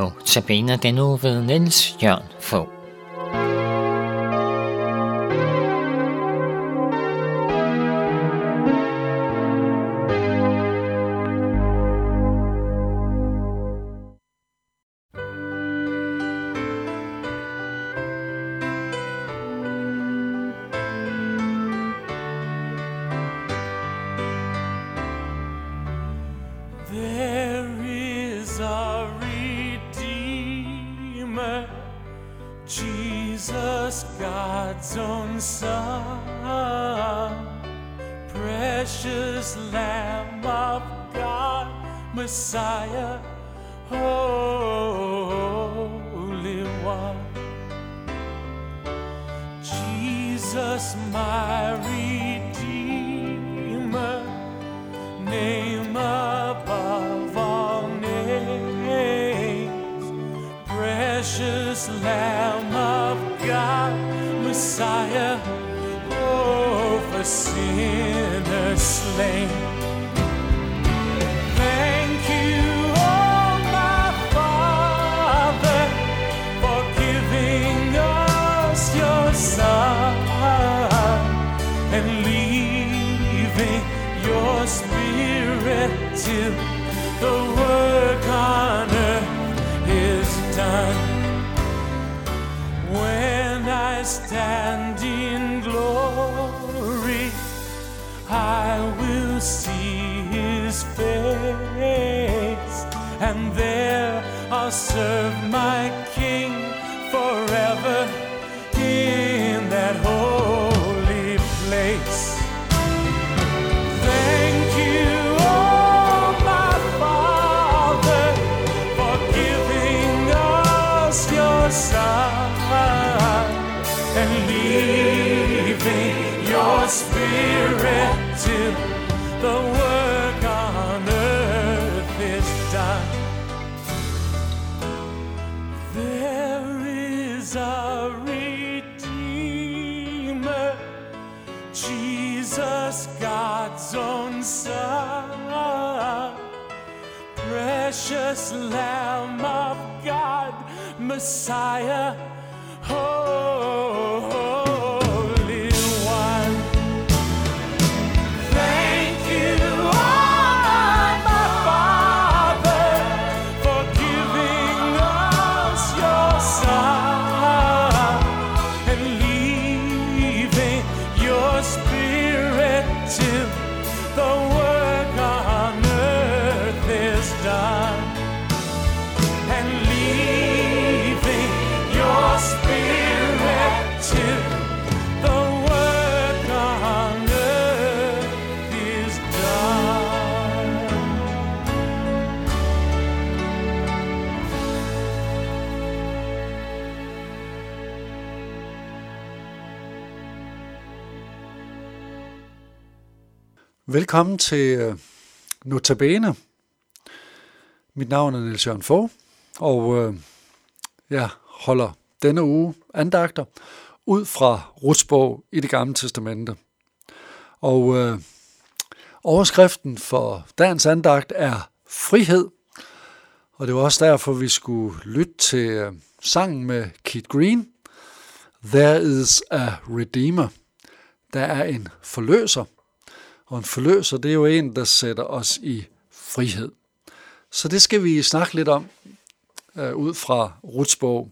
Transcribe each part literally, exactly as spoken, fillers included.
Notabene den nu ved Niels Jørgen Fogh. Jesus, God's own Son, precious Lamb of God, Messiah, Holy One. Jesus, my Redeemer, name above all names, precious Lamb of God, Messiah, oh, for sinners slain. Thank you, oh my Father, for giving us your Son and leaving your Spirit till the work on earth is done. When I stand in glory, I will see His face, and there I'll serve my King forever in that holy place. Thank you, oh my Father, for giving us your Son and leaving your Spirit till the work on earth is done. There is a Redeemer, Jesus, God's own Son, precious Lamb of God, Messiah, Holy One. Thank you, oh my Father, for giving us your Son and leaving your Spirit till the work on earth is done, and leaving your Spirit till the work on earth is done. Velkommen til uh, Notabene. Mit navn er Niels Jørgen Fogh, og uh, jeg holder denne uge andagter ud fra Ruths bog i Det Gamle Testamente. Og øh, overskriften for dagens andagt er frihed, og det var også derfor, vi skulle lytte til øh, sangen med Keith Green, There is a Redeemer. Der er en forløser, og en forløser, det er jo en, der sætter os i frihed. Så det skal vi snakke lidt om øh, ud fra Ruths bog.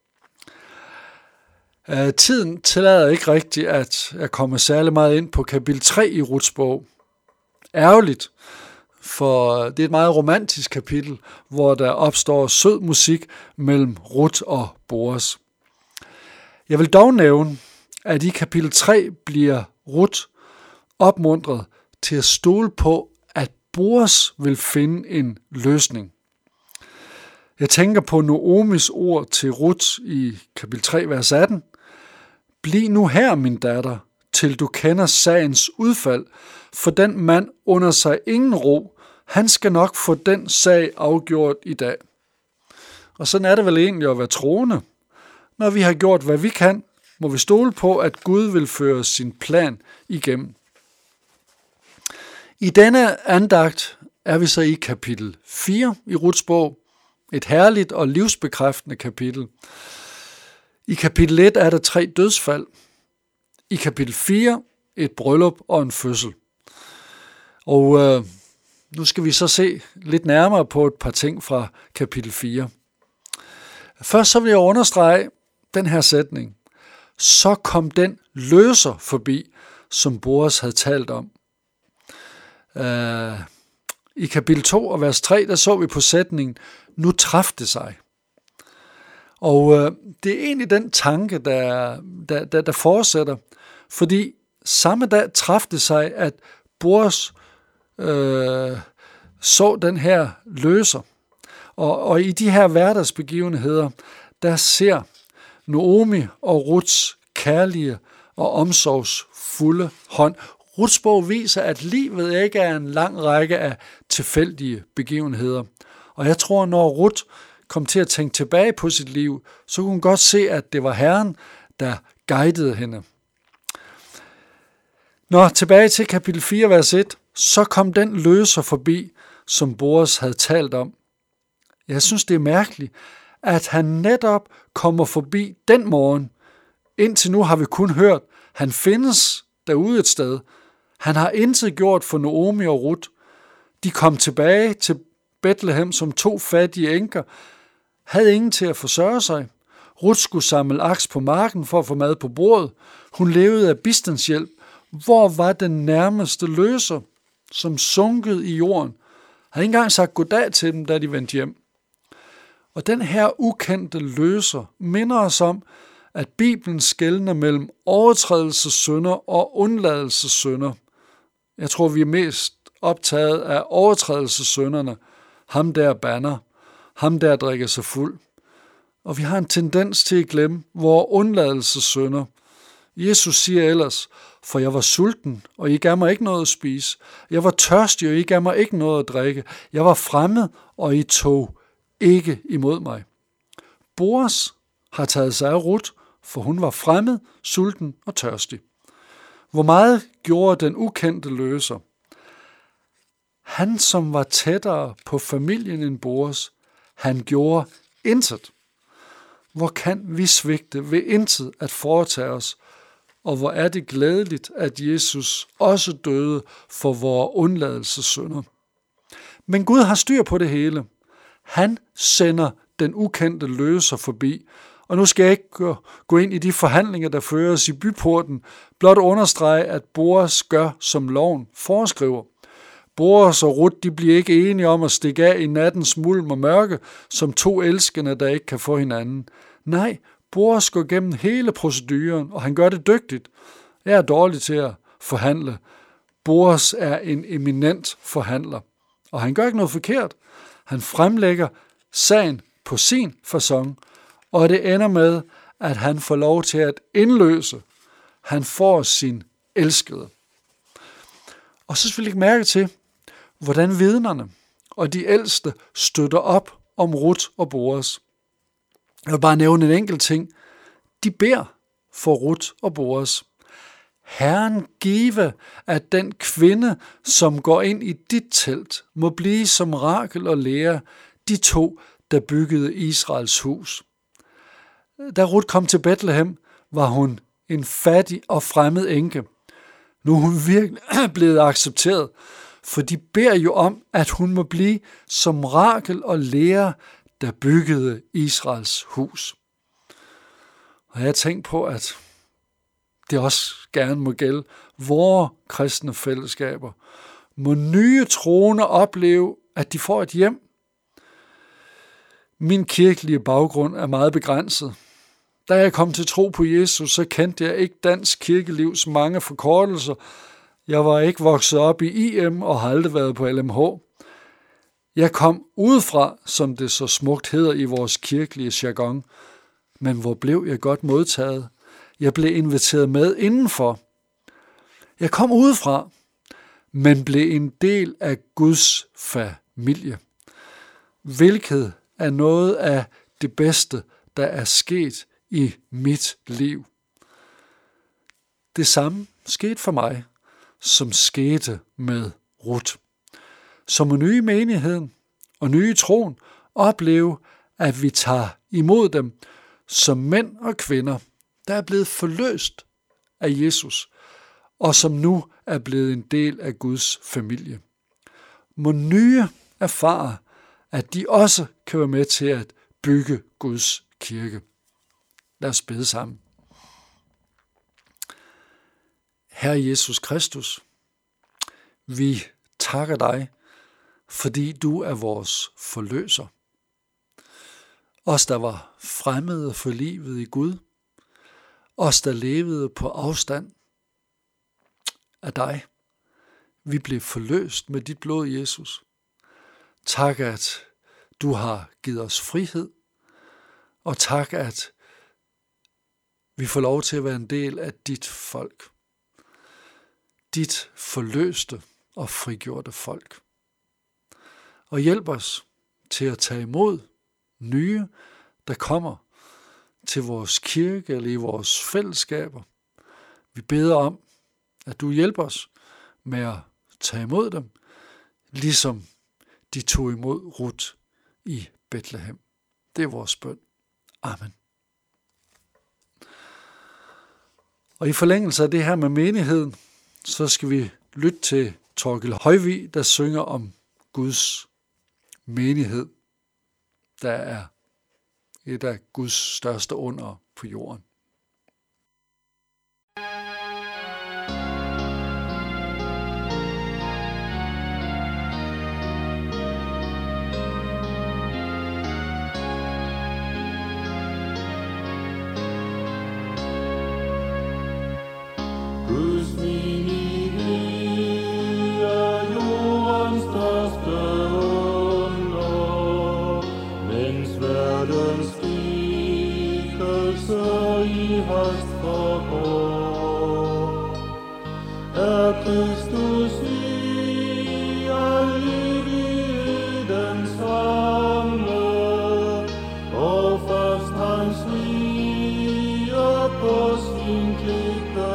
Uh, tiden tillader ikke rigtigt, at jeg kommer særlig meget ind på kapitel tre i Ruths bog. Ærgerligt, for det er et meget romantisk kapitel, hvor der opstår sød musik mellem Ruth og Boaz. Jeg vil dog nævne, at i kapitel tre bliver Ruth opmuntret til at stole på, at Boaz vil finde en løsning. Jeg tænker på Naomis ord til Ruth i kapitel tre, vers atten. Bliv nu her, min datter, til du kender sagens udfald, for den mand under sig ingen ro. Han skal nok få den sag afgjort i dag. Og sådan er det vel egentlig at være troende. Når vi har gjort, hvad vi kan, må vi stole på, at Gud vil føre sin plan igennem. I denne andagt er vi så i kapitel fire i Ruths bog, Et herligt og livsbekræftende kapitel. I kapitel et er der tre dødsfald. I kapitel fire et bryllup og en fødsel. Og øh, nu skal vi så se lidt nærmere på et par ting fra kapitel fire. Først så vil jeg understrege den her sætning. Så kom den løser forbi, som Boas havde talt om. Uh, I kapitel to og vers tre, der så vi på sætningen, nu traf det sig. Og uh, det er egentlig den tanke, der, der, der, der fortsætter, fordi samme dag traf det sig, at Boas uh, så den her løser. Og, og i de her hverdagsbegivenheder, der ser Naomi og Ruths kærlige og omsorgsfulde hånd. Ruths bog viser, at livet ikke er en lang række af tilfældige begivenheder. Og jeg tror, når Ruth kom til at tænke tilbage på sit liv, så kunne hun godt se, at det var Herren, der guidede hende. Nå, tilbage til kapitel fire, vers et. Så kom den løser forbi, som Boas havde talt om. Jeg synes, det er mærkeligt, at han netop kommer forbi den morgen. Indtil nu har vi kun hørt, han findes derude et sted. Han har intet gjort for Naomi og Ruth. De kom tilbage til Bethlehem som to fattige enker, havde ingen til at forsørge sig. Ruth skulle samle aks på marken for at få mad på bordet. Hun levede af bistandshjælp. Hvor var den nærmeste løser, som sunkede i jorden? Havde ikke engang sagt goddag til dem, da de vendte hjem. Og den her ukendte løser minder os om, at Bibelen skelner mellem overtrædelsessynder og undladelsessynder. Jeg tror, vi er mest optaget af overtrædelsessynderne. Ham der banner, ham der drikker sig fuld. Og vi har en tendens til at glemme vores undladelsessynder. Jesus siger ellers, for jeg var sulten, og I gav mig ikke noget at spise. Jeg var tørstig, og I gav mig ikke noget at drikke. Jeg var fremmed, og I tog ikke imod mig. Boas har taget sig af Ruth, for hun var fremmed, sulten og tørstig. Hvor meget gjorde den ukendte løser? Han, som var tættere på familien end Boas, han gjorde intet. Hvor kan vi svigte ved intet at foretage os? Og hvor er det glædeligt, at Jesus også døde for vores undladelsessynder. Men Gud har styr på det hele. Han sender den ukendte løser forbi. Og nu skal jeg ikke gå ind i de forhandlinger, der føres i byporten, blot understrege, at Boas gør, som loven foreskriver. Boas og Ruth, de bliver ikke enige om at stikke af i nattens mulm og mørke, som to elskende, der ikke kan få hinanden. Nej, Boas går gennem hele proceduren, og han gør det dygtigt. Jeg er dårlig til at forhandle. Boas er en eminent forhandler, og han gør ikke noget forkert. Han fremlægger sagen på sin facon, og det ender med, at han får lov til at indløse. Han får sin elskede. Og så vil jeg mærke til, hvordan vidnerne og de ældste støtter op om Ruth og Boas. Jeg vil bare nævne en enkelt ting. De beder for Ruth og Boas. Herren give, at den kvinde, som går ind i dit telt, må blive som Rakel og Lea, de to, der byggede Israels hus. Da Ruth kom til Bethlehem, var hun en fattig og fremmed enke. Nu er hun virkelig blevet accepteret, for de beder jo om, at hun må blive som Rakel og Lea, der byggede Israels hus. Og jeg har tænkt på, at det også gerne må gælde vores kristne fællesskaber. Må nye troende opleve, at de får et hjem. Min kirkelige baggrund er meget begrænset. Da jeg kom til tro på Jesus, så kendte jeg ikke dansk kirkelivs mange forkortelser. Jeg var ikke vokset op i I M og har aldrig været på L M H. Jeg kom udefra, som det så smukt hedder i vores kirkelige jargon. Men hvor blev jeg godt modtaget? Jeg blev inviteret med indenfor. Jeg kom udefra, men blev en del af Guds familie. Hvilket er noget af det bedste, der er sket i mit liv. Det samme skete for mig, som skete med Ruth. Som en ny menigheden og nye troen opleve, at vi tager imod dem som mænd og kvinder, der er blevet forløst af Jesus, og som nu er blevet en del af Guds familie. Må nye erfare, at de også kan være med til at bygge Guds kirke. Lad os bede sammen. Herre Jesus Kristus, vi takker dig, fordi du er vores forløser. Os, der var fremmede for livet i Gud, os, der levede på afstand af dig, vi blev forløst med dit blod, Jesus. Tak, at du har givet os frihed, og tak, at vi får lov til at være en del af dit folk. Dit forløste og frigjorte folk. Og hjælp os til at tage imod nye, der kommer til vores kirke eller i vores fællesskaber. Vi beder om, at du hjælper os med at tage imod dem, ligesom de tog imod Ruth i Bethlehem. Det er vores bøn. Amen. Og i forlængelse af det her med menigheden, så skal vi lytte til Torkild Højvig, der synger om Guds menighed, der er et af Guds største under på jorden. Guds menighed er jordens største under, mens verdens skikkelser i hast forgår. Er Kristus i al evighed den samme, og fast hans rige på sin klippe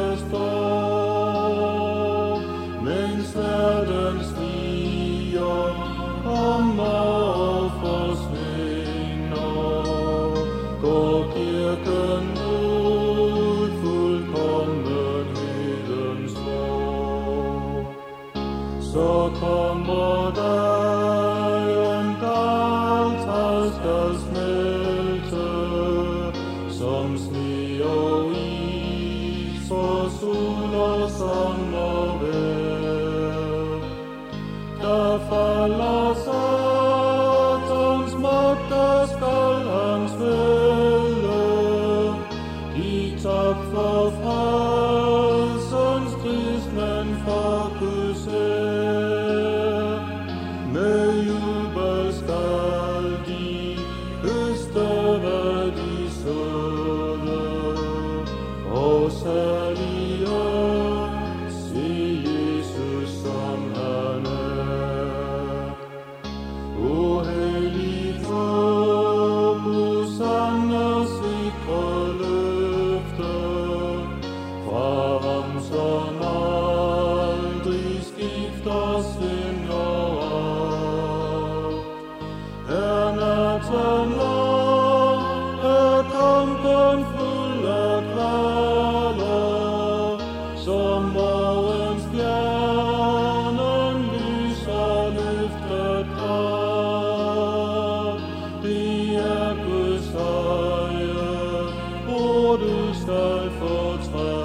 står, mens verdens riger kommer og forsvinder, går kirken mod fuldkommenhedens år. Så kommer der en dag, der skal smelte, som sne og is og sol og sommervejr. Der falder Satans magt, der skal hans vælde. De tak for frelsens krigsmænd fra Guds hær. Med jubel skal de høste, hvad de såede, og særlige se Jesus som han er. O hellig håb, Hosanna sikre løfte, fra ham som aldrig skifter sind og art. Er natten lang, er kampen fuld af kvaler, som morgens stjernen lyser løftet klart. Det er Guds eje, hvor du skal fortræde.